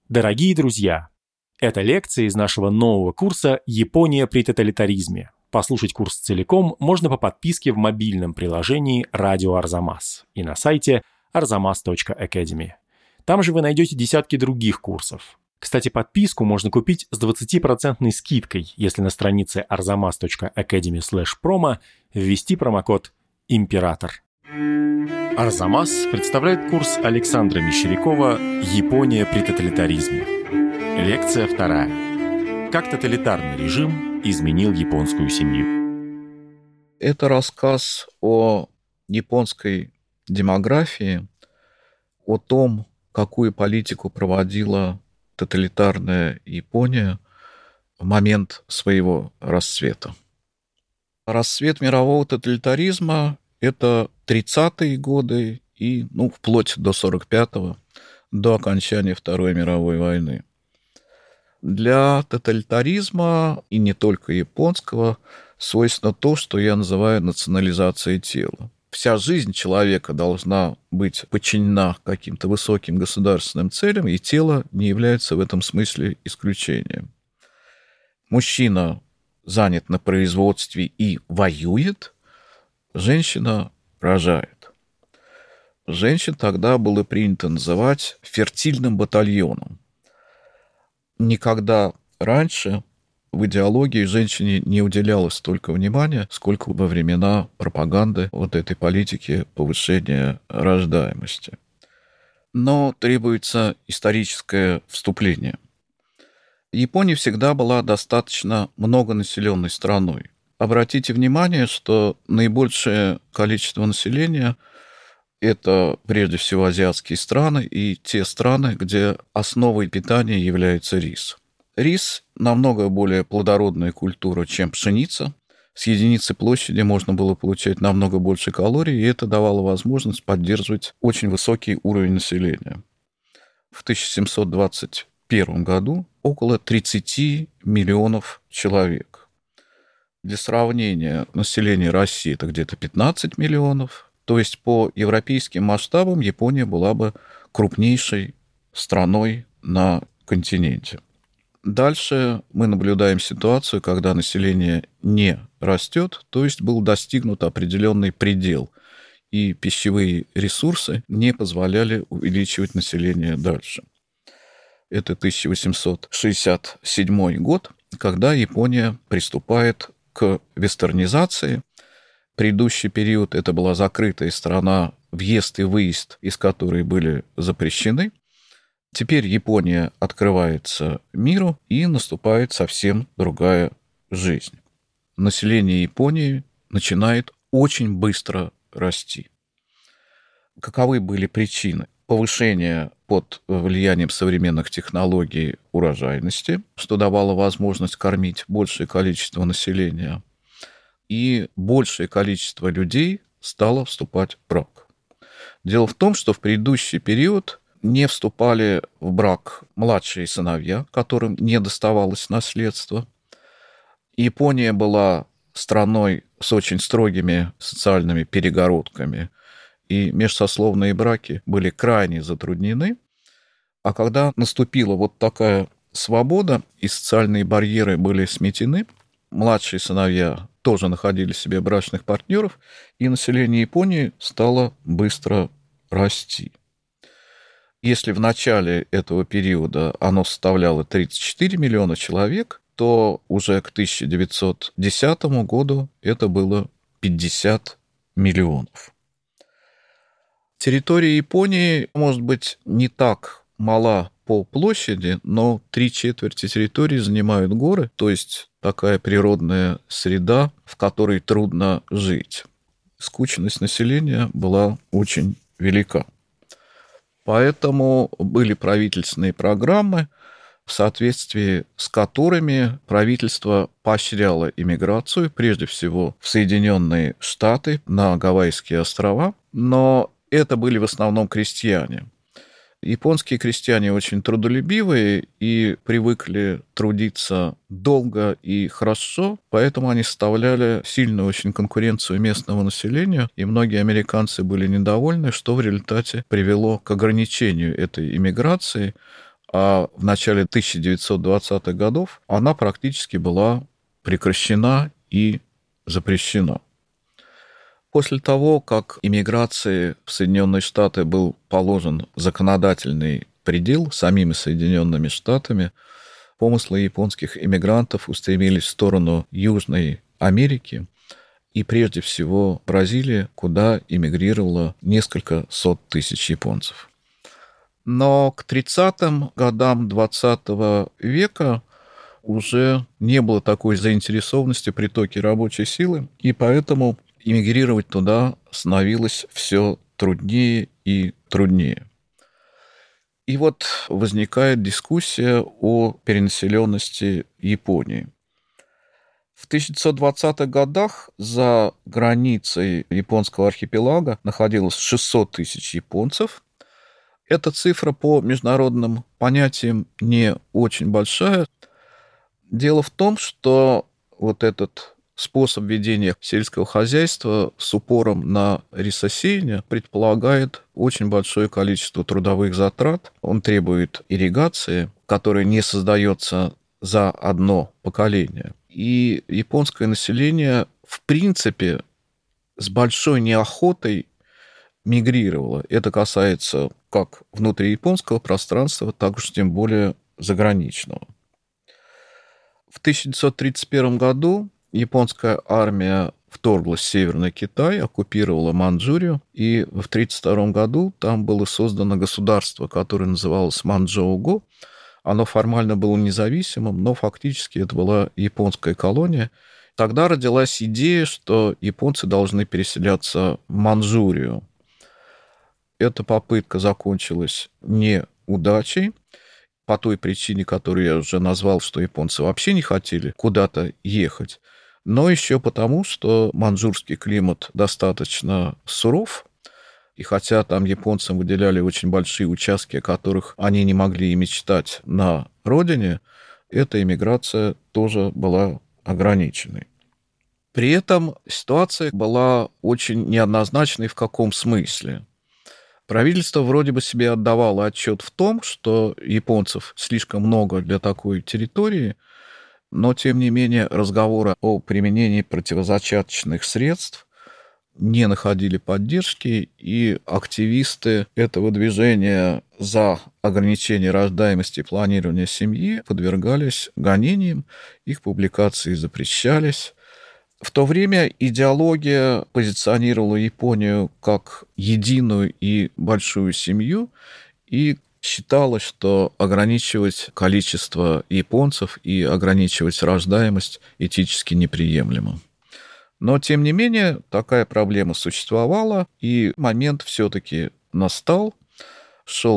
Дорогие друзья, это лекция из нашего нового курса «Япония при тоталитаризме». Послушать курс целиком можно по подписке в мобильном приложении «Радио Арзамас» и на сайте arzamas.academy. Там же вы найдете десятки других курсов. Кстати, подписку можно купить с 20% скидкой, если на странице arzamas.academy/promo ввести промокод «Император». Арзамас представляет курс Александра Мещерякова «Япония при тоталитаризме». Лекция 2. Как тоталитарный режим изменил японскую семью. Это рассказ о японской демографии, о том, какую политику проводила тоталитарная Япония в момент своего расцвета. Расцвет мирового тоталитаризма – это 30-е годы и вплоть до 45-го, до окончания Второй мировой войны. Для тоталитаризма, и не только японского, свойственно то, что я называю национализацией тела. Вся жизнь человека должна быть подчинена каким-то высоким государственным целям, и тело не является в этом смысле исключением. Мужчина занят на производстве и воюет, женщина рожает. Женщин тогда было принято называть фертильным батальоном. Никогда раньше в идеологии женщине не уделялось столько внимания, сколько во времена пропаганды вот этой политики повышения рождаемости. Но требуется историческое вступление. Япония всегда была достаточно многонаселенной страной. Обратите внимание, что наибольшее количество населения – это прежде всего азиатские страны и те страны, где основой питания является рис. Рис намного более плодородная культура, чем пшеница. С единицы площади можно было получать намного больше калорий, и это давало возможность поддерживать очень высокий уровень населения. В 1721 году около 30 миллионов человек. Для сравнения, население России – это где-то 15 миллионов. То есть по европейским масштабам Япония была бы крупнейшей страной на континенте. Дальше мы наблюдаем ситуацию, когда население не растет, то есть был достигнут определенный предел, и пищевые ресурсы не позволяли увеличивать население дальше. Это 1867 год, когда Япония приступает к вестернизации. Предыдущий период это была закрытая страна, въезд и выезд из которой были запрещены. Теперь Япония открывается миру, и наступает совсем другая жизнь. Население Японии начинает очень быстро расти. Каковы были причины? Повышение под влиянием современных технологий урожайности, что давало возможность кормить большее количество населения, и большее количество людей стало вступать в брак. Дело в том, что в предыдущий период не вступали в брак младшие сыновья, которым не доставалось наследство. Япония была страной с очень строгими социальными перегородками, и межсословные браки были крайне затруднены. А когда наступила вот такая свобода, и социальные барьеры были сметены, младшие сыновья тоже находили себе брачных партнеров, и население Японии стало быстро расти. Если в начале этого периода оно составляло 34 миллиона человек, то уже к 1910 году это было 50 миллионов. Территория Японии, может быть, не так мала по площади, но 3/4 территории занимают горы, то есть такая природная среда, в которой трудно жить. Скученность населения была очень велика. Поэтому были правительственные программы, в соответствии с которыми правительство поощряло иммиграцию, прежде всего в Соединенные Штаты, на Гавайские острова, но это были в основном крестьяне. Японские крестьяне очень трудолюбивые и привыкли трудиться долго и хорошо, поэтому они составляли сильную очень конкуренцию местного населения, и многие американцы были недовольны, что в результате привело к ограничению этой иммиграции, а в начале 1920-х годов она практически была прекращена и запрещена. После того, как иммиграции в Соединенные Штаты был положен законодательный предел самими Соединенными Штатами, помыслы японских иммигрантов устремились в сторону Южной Америки и прежде всего Бразилии, куда эмигрировало несколько сот тысяч японцев. Но к 30-м годам XX века уже не было такой заинтересованности в притоке рабочей силы, и поэтому эмигрировать туда становилось все труднее и труднее. И вот возникает дискуссия о перенаселенности Японии. В 1920-х годах за границей японского архипелага находилось 600 тысяч японцев. Эта цифра по международным понятиям не очень большая. Дело в том, что вот этот способ ведения сельского хозяйства с упором на рисосеяние предполагает очень большое количество трудовых затрат. Он требует ирригации, которая не создается за одно поколение. И японское население, в принципе, с большой неохотой мигрировало. Это касается как внутрияпонского пространства, так уж тем более заграничного. В 1931 году японская армия вторглась в Северный Китай, оккупировала Манчжурию, и в 1932 году там было создано государство, которое называлось Манчжоу-го. Оно формально было независимым, но фактически это была японская колония. Тогда родилась идея, что японцы должны переселяться в Манчжурию. Эта попытка закончилась неудачей, по той причине, которую я уже назвал, что японцы вообще не хотели куда-то ехать, но еще потому, что манчжурский климат достаточно суров, и хотя там японцам выделяли очень большие участки, о которых они не могли и мечтать на родине, эта эмиграция тоже была ограниченной. При этом ситуация была очень неоднозначной в каком смысле. Правительство вроде бы себе отдавало отчет в том, что японцев слишком много для такой территории, но, тем не менее, разговоры о применении противозачаточных средств не находили поддержки, и активисты этого движения за ограничение рождаемости и планирование семьи подвергались гонениям, их публикации запрещались. В то время идеология позиционировала Японию как единую и большую семью, и считалось, что ограничивать количество японцев и ограничивать рождаемость этически неприемлемо. Но, тем не менее, такая проблема существовала, и момент все-таки настал. Шел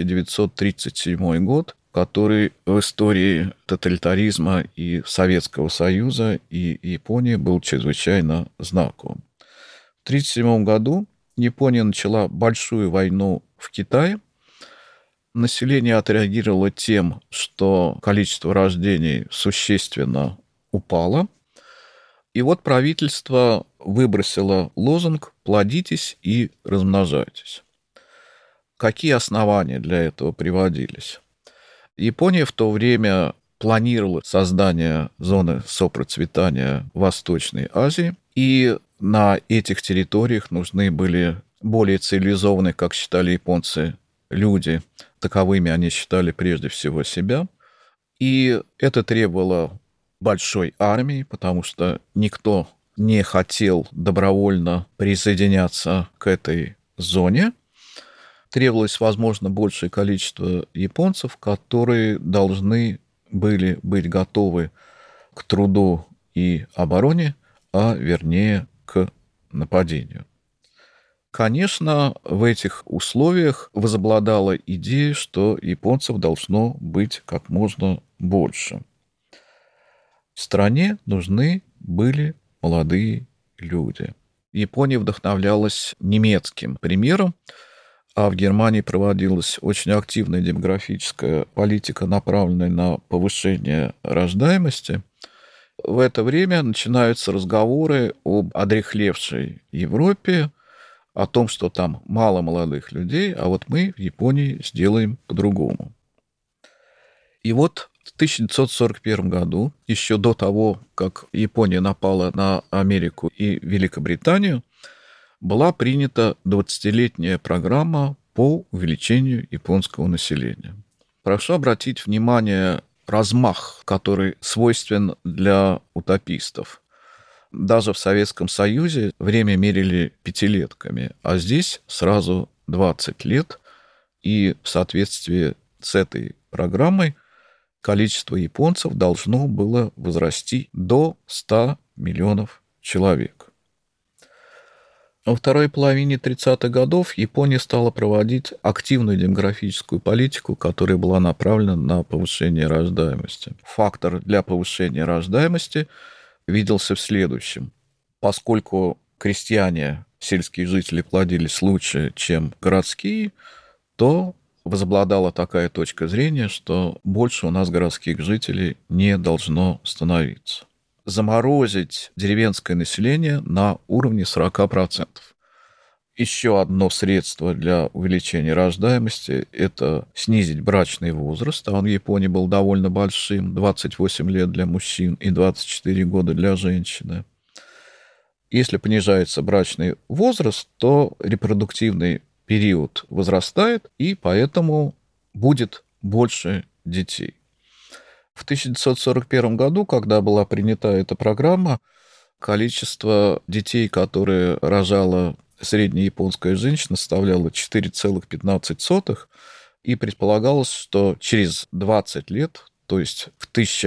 1937 год, который в истории тоталитаризма и Советского Союза, и Японии был чрезвычайно знаковым. В 1937 году Япония начала большую войну в Китае. Население отреагировало тем, что количество рождений существенно упало. И вот правительство выбросило лозунг «Плодитесь и размножайтесь». Какие основания для этого приводились? Япония в то время планировала создание зоны сопроцветания в Восточной Азии, и на этих территориях нужны были более цивилизованные, как считали японцы, люди. Таковыми они считали прежде всего себя. И это требовало большой армии, потому что никто не хотел добровольно присоединяться к этой зоне. Требовалось, возможно, большее количество японцев, которые должны были быть готовы к труду и обороне, а вернее к нападению. Конечно, в этих условиях возобладала идея, что японцев должно быть как можно больше. В стране нужны были молодые люди. Япония вдохновлялась немецким примером, а в Германии проводилась очень активная демографическая политика, направленная на повышение рождаемости. В это время начинаются разговоры об одряхлевшей Европе, о том, что там мало молодых людей, а вот мы в Японии сделаем по-другому. И вот в 1941 году, еще до того, как Япония напала на Америку и Великобританию, была принята 20-летняя программа по увеличению японского населения. Прошу обратить внимание размах, который свойствен для утопистов. Даже в Советском Союзе время мерили пятилетками, а здесь сразу 20 лет. И в соответствии с этой программой количество японцев должно было возрасти до 100 миллионов человек. Во второй половине 30-х годов Япония стала проводить активную демографическую политику, которая была направлена на повышение рождаемости. Фактор для повышения рождаемости виделся в следующем. Поскольку крестьяне, сельские жители плодились лучше, чем городские, то возобладала такая точка зрения, что больше у нас городских жителей не должно становиться. Заморозить деревенское население на уровне 40%. Еще одно средство для увеличения рождаемости – это снизить брачный возраст. А он в Японии был довольно большим – 28 лет для мужчин и 24 года для женщины. Если понижается брачный возраст, то репродуктивный период возрастает, и поэтому будет больше детей. В 1941 году, когда была принята эта программа, количество детей, которые рожала средняя японская женщина, составляло 4,15, и предполагалось, что через 20 лет, то есть в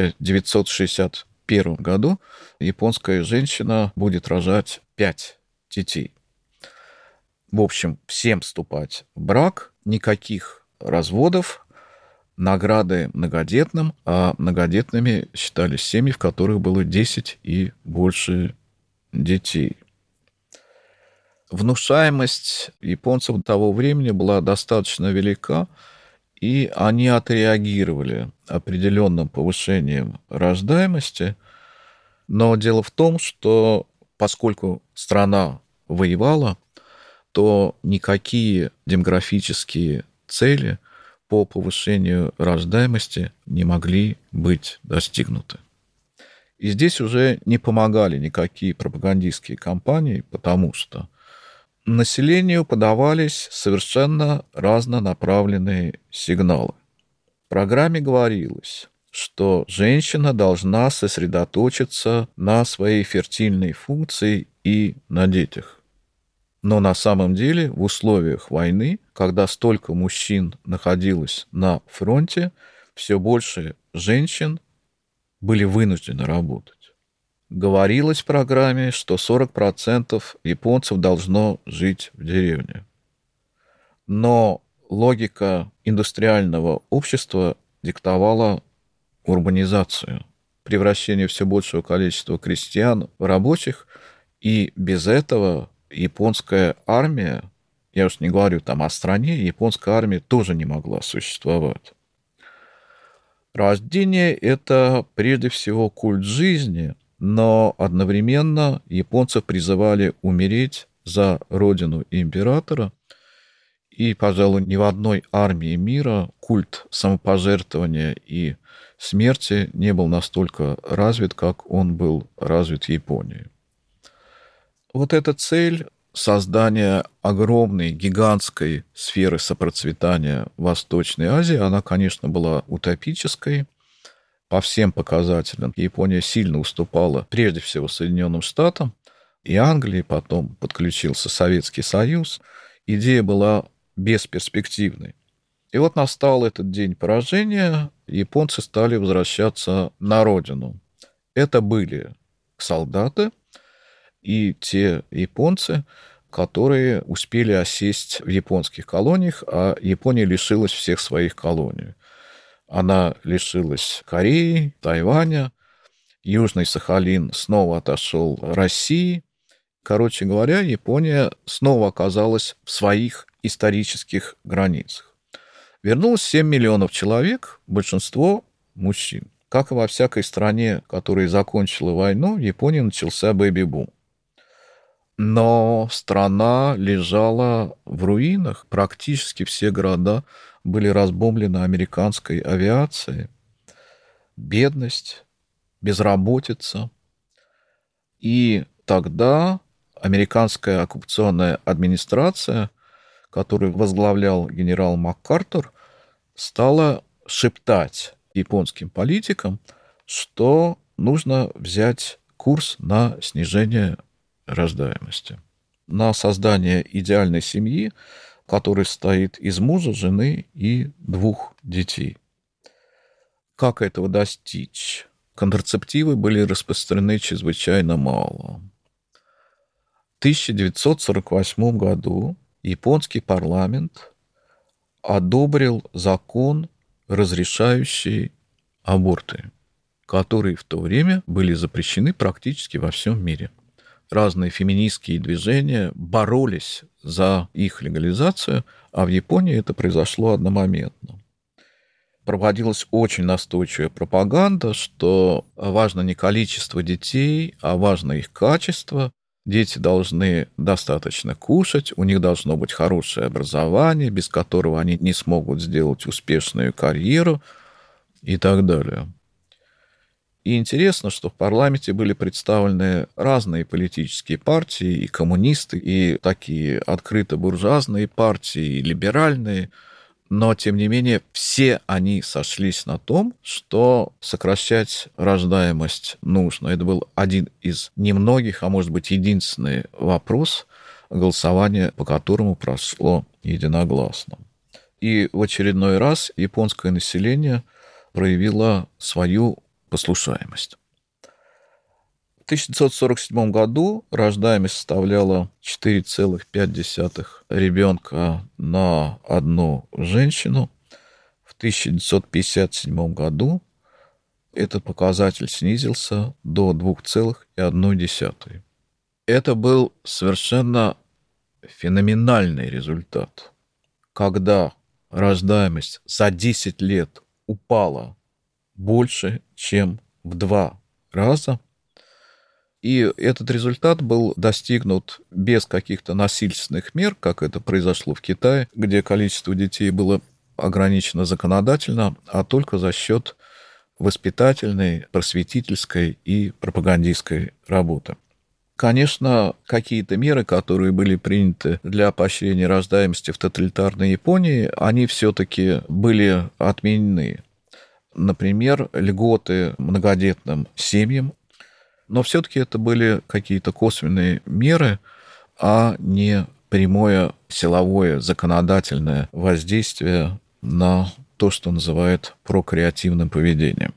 1961 году, японская женщина будет рожать 5 детей. В общем, всем вступать в брак, никаких разводов, награды многодетным, а многодетными считались семьи, в которых было 10 и больше детей. Внушаемость японцев того времени была достаточно велика, и они отреагировали определенным повышением рождаемости. Но дело в том, что поскольку страна воевала, то никакие демографические цели по повышению рождаемости не могли быть достигнуты. И здесь уже не помогали никакие пропагандистские кампании, потому что населению подавались совершенно разнонаправленные сигналы. В программе говорилось, что женщина должна сосредоточиться на своей фертильной функции и на детях. Но на самом деле в условиях войны, когда столько мужчин находилось на фронте, все больше женщин были вынуждены работать. Говорилось в программе, что 40% японцев должно жить в деревне. Но логика индустриального общества диктовала урбанизацию, превращение все большего количества крестьян в рабочих, и без этого японская армия, я уж не говорю там о стране, японская армия тоже не могла существовать. Рождение – это прежде всего культ жизни, но одновременно японцев призывали умереть за родину императора, и, пожалуй, ни в одной армии мира культ самопожертвования и смерти не был настолько развит, как он был развит в Японии. Вот эта цель создания огромной, гигантской сферы сопроцветания Восточной Азии, она, конечно, была утопической по всем показателям. Япония сильно уступала прежде всего Соединенным Штатам и Англии, потом подключился Советский Союз. Идея была бесперспективной. И вот настал этот день поражения, японцы стали возвращаться на родину. Это были солдаты, и те японцы, которые успели осесть в японских колониях, а Япония лишилась всех своих колоний. Она лишилась Кореи, Тайваня, Южный Сахалин снова отошел России. Короче говоря, Япония снова оказалась в своих исторических границах. Вернулось 7 миллионов человек, большинство мужчин. Как и во всякой стране, которая закончила войну, в Японии начался бэби-бум. Но страна лежала в руинах. Практически все города были разбомблены американской авиацией. бедность, безработица. И тогда американская оккупационная администрация, которую возглавлял генерал МакАртур, стала шептать японским политикам, что нужно взять курс на снижение рождаемости, на создание идеальной семьи, которая состоит из мужа, жены и 2 детей. Как этого достичь? Контрацептивы были распространены чрезвычайно мало. В 1948 году японский парламент одобрил закон, разрешающий аборты, которые в то время были запрещены практически во всем мире. Разные феминистские движения боролись за их легализацию, а в Японии это произошло одномоментно. Проводилась очень настойчивая пропаганда, что важно не количество детей, а важно их качество. Дети должны достаточно кушать, у них должно быть хорошее образование, без которого они не смогут сделать успешную карьеру и так далее. И интересно, что в парламенте были представлены разные политические партии, и коммунисты, и такие открыто буржуазные партии, и либеральные, но, тем не менее, все они сошлись на том, что сокращать рождаемость нужно. Это был один из немногих, а может быть, единственный вопрос голосования, по которому прошло единогласно. И в очередной раз японское население проявило свою послушаемость. В 1947 году рождаемость составляла 4,5 ребенка на одну женщину. В 1957 году этот показатель снизился до 2,1. Это был совершенно феноменальный результат. Когда рождаемость за 10 лет упала больше, чем в 2 раза, и этот результат был достигнут без каких-то насильственных мер, как это произошло в Китае, где количество детей было ограничено законодательно, а только за счет воспитательной, просветительской и пропагандистской работы. Конечно, какие-то меры, которые были приняты для поощрения рождаемости в тоталитарной Японии, они все-таки были отменены. Например, льготы многодетным семьям. Но все-таки это были какие-то косвенные меры, а не прямое силовое законодательное воздействие на то, что называют прокреативным поведением.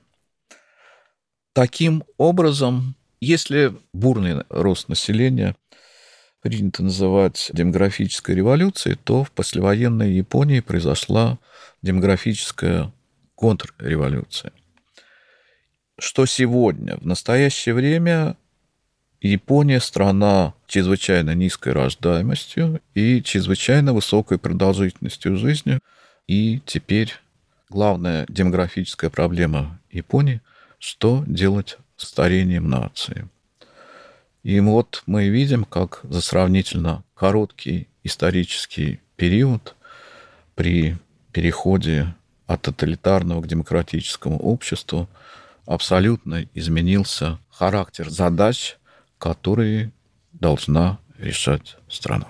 Таким образом, если бурный рост населения принято называть демографической революцией, то в послевоенной Японии произошла демографическая контрреволюция. Что сегодня, в настоящее время, Япония – страна чрезвычайно низкой рождаемостью и чрезвычайно высокой продолжительностью жизни. И теперь главная демографическая проблема Японии – что делать с старением нации. И вот мы видим, как за сравнительно короткий исторический период при переходе от тоталитарного к демократическому обществу абсолютно изменился характер задач, которые должна решать страна.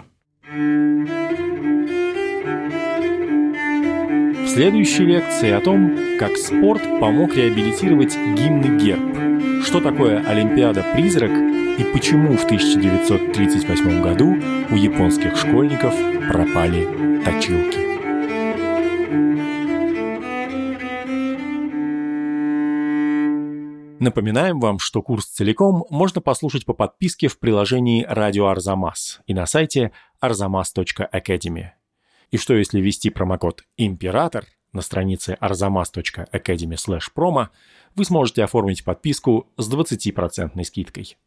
В следующей лекции о том, как спорт помог реабилитировать гимн и герб, что такое Олимпиада «Призрак» и почему в 1938 году у японских школьников пропали точилки. Напоминаем вам, что курс целиком можно послушать по подписке в приложении «Радио Арзамас» и на сайте arzamas.academy. И что если ввести промокод «Император» на странице arzamas.academy/promo, вы сможете оформить подписку с 20% скидкой.